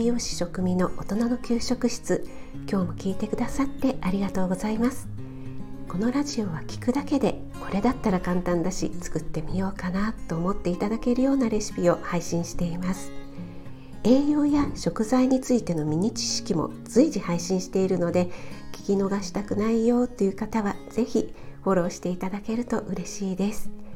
栄養士食味の大人の給食室、今日も聞いてくださってありがとうございます。このラジオは聞くだけでこれだったら簡単だし作ってみようかなと思っていただけるようなレシピを配信しています。栄養や食材についてのミニ知識も随時配信しているので、聞き逃したくないよという方はぜひフォローしていただけると嬉しいです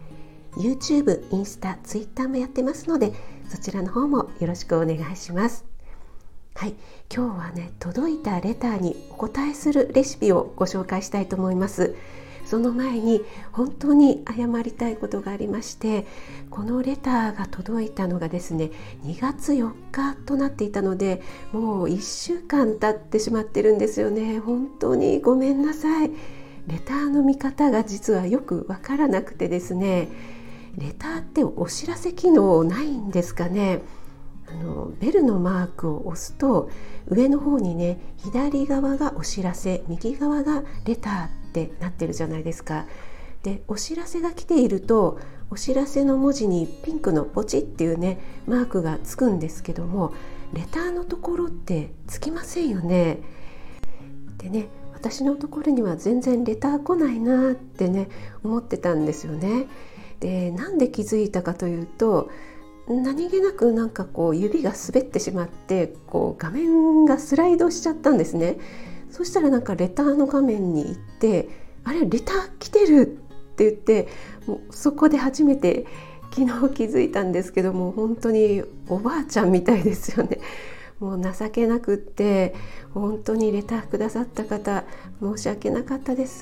。YouTube、インスタ、Twitter もやってますので、そちらの方もよろしくお願いします。はい、今日はね、届いたレターにお答えするレシピをご紹介したいと思います。その前に本当に謝りたいことがありまして、このレターが届いたのがですね、2月4日となっていたので、もう1週間経ってしまってるんですよね。本当にごめんなさい。レターの見方が実はよくわからなくてですね、レターってお知らせ機能ないんですかね。ベルのマークを押すと上の方にね、左側がお知らせ、右側がレターってなってるじゃないですか。で、お知らせが来ているとお知らせの文字にピンクのポチっていうねマークがつくんですけども、レターのところってつきませんよね。でね、私のところには全然レター来ないなってね思ってたんですよね。で、なんで気づいたかというと、何気なくなんかこう指が滑ってしまって、こう画面がスライドしちゃったんですね。そしたらなんかレターの画面に行って、あれレター来てるって言って、もうそこで初めて昨日気づいたんですけども、本当におばあちゃんみたいですよね。もう情けなくって、本当にレターくださった方申し訳なかったです。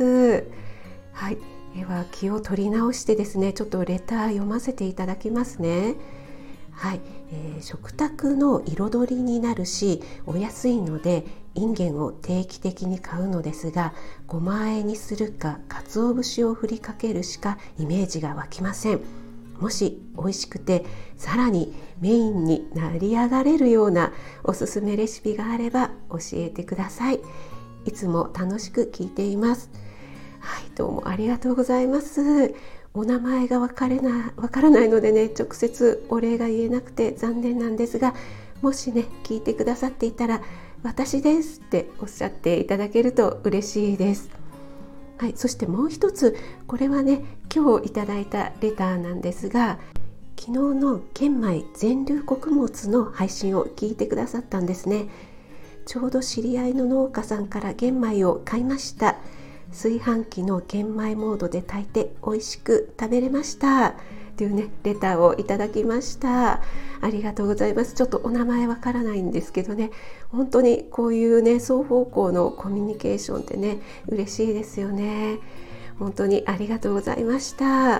はい、では気を取り直してですね、ちょっとレター読ませていただきますね。はい、食卓の彩りになるしお安いのでインゲンを定期的に買うのですが、ごま和えにするか鰹節を振りかけるしかイメージが湧きません。もし美味しくてさらにメインになり上がれるようなおすすめレシピがあれば教えてください。いつも楽しく聞いています。はい、どうもありがとうございます。お名前がわからないのでね、直接お礼が言えなくて残念なんですが、もしね聞いてくださっていたら私ですっておっしゃっていただけると嬉しいです。はい、そしてもう一つ、これはね今日いただいたレターなんですが、昨日の玄米全粒穀物の配信を聞いてくださったんですね。ちょうど知り合いの農家さんから玄米を買いました。炊飯器の玄米モードで炊いて美味しく食べれましたというねレターをいただきました。ありがとうございます。ちょっとお名前わからないんですけどね、本当にこういうね双方向のコミュニケーションってね嬉しいですよね。本当にありがとうございました。はい、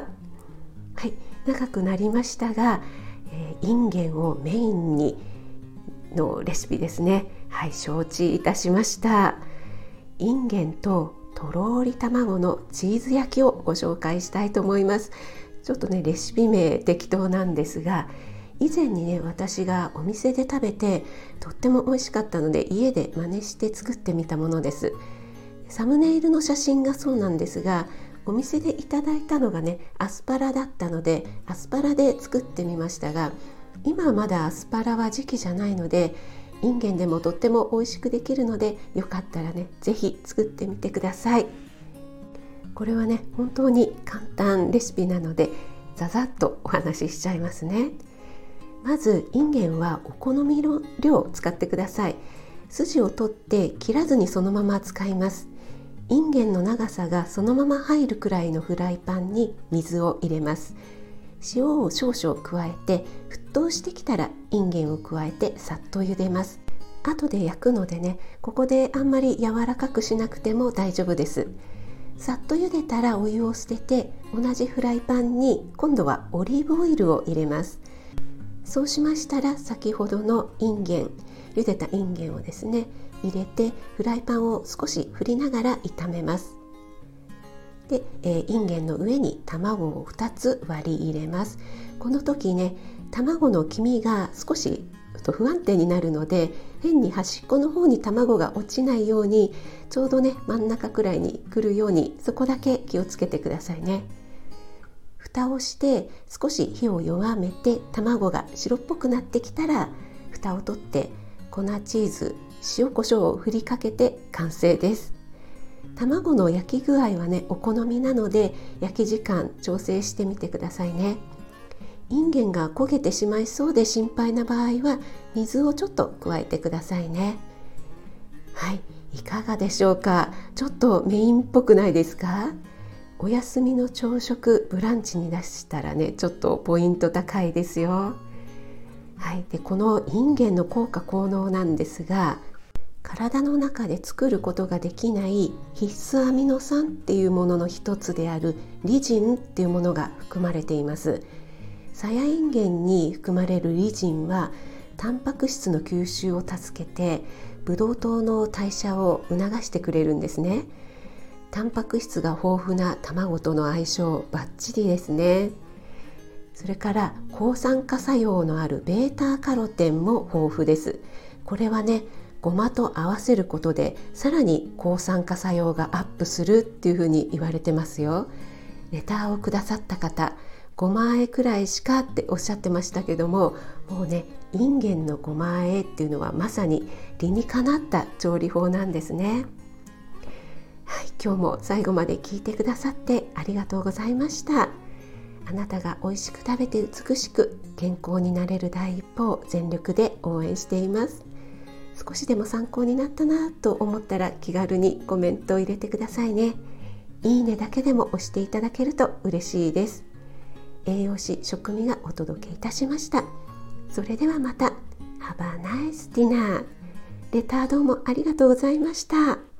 長くなりましたが、インゲンをメインにのレシピですね。はい、承知いたしました。インゲンととろり卵のチーズ焼きをご紹介したいと思います。ちょっとねレシピ名適当なんですが、以前にね私がお店で食べてとっても美味しかったので家で真似して作ってみたものです。サムネイルの写真がそうなんですが、お店でいただいたのがねアスパラだったのでアスパラで作ってみましたが、今はまだアスパラは時期じゃないのでインゲンでもとっても美味しくできるので、よかったらねぜひ作ってみてください。これはね本当に簡単レシピなのでざざっとお話ししちゃいますね。まずインゲンはお好みの量を使ってください。筋を取って切らずにそのまま使います。インゲンの長さがそのまま入るくらいのフライパンに水を入れます。塩を少々加えて沸騰してきたらインゲンを加えてさっと茹でます。後で焼くのでね、ここであんまり柔らかくしなくても大丈夫です。さっと茹でたらお湯を捨てて、同じフライパンに今度はオリーブオイルを入れます。そうしましたら先ほどのインゲン、茹でたインゲンをですね入れて、フライパンを少し振りながら炒めます。で、インゲンの上に卵を2つ割り入れます。この時ね、卵の黄身が少し不安定になるので、変に端っこの方に卵が落ちないように、ちょうどね真ん中くらいに来るように、そこだけ気をつけてくださいね。蓋をして少し火を弱めて、卵が白っぽくなってきたら蓋を取って、 粉チーズ、塩コショウを振りかけて完成です。卵の焼き具合はねお好みなので焼き時間調整してみてくださいね。インゲンが焦げてしまいそうで心配な場合は水をちょっと加えてくださいね。はい、いかがでしょうか。ちょっとメインっぽくないですか。お休みの朝食、ブランチに出したらねちょっとポイント高いですよ。はい、でこのインゲンの効果効能なんですが、体の中で作ることができない必須アミノ酸っていうものの一つであるリジンっていうものが含まれています。サヤインゲンに含まれるリジンはタンパク質の吸収を助けてブドウ糖の代謝を促してくれるんですね。タンパク質が豊富な卵との相性バッチリですね。それから抗酸化作用のあるベータカロテンも豊富です。これはねごまと合わせることでさらに抗酸化作用がアップするっていうふうに言われてますよ。レターをくださった方、ごま和えくらいしかっておっしゃってましたけども、もうねインゲンのごま和えっていうのはまさに理にかなった調理法なんですね。はい、今日も最後まで聞いてくださってありがとうございました。あなたが美味しく食べて美しく健康になれる第一歩を全力で応援しています。少しでも参考になったなと思ったら気軽にコメントを入れてくださいね。いいねだけでも押していただけると嬉しいです。栄養士食味がお届けいたしました。それではまた。Have a nice dinner。レターどうもありがとうございました。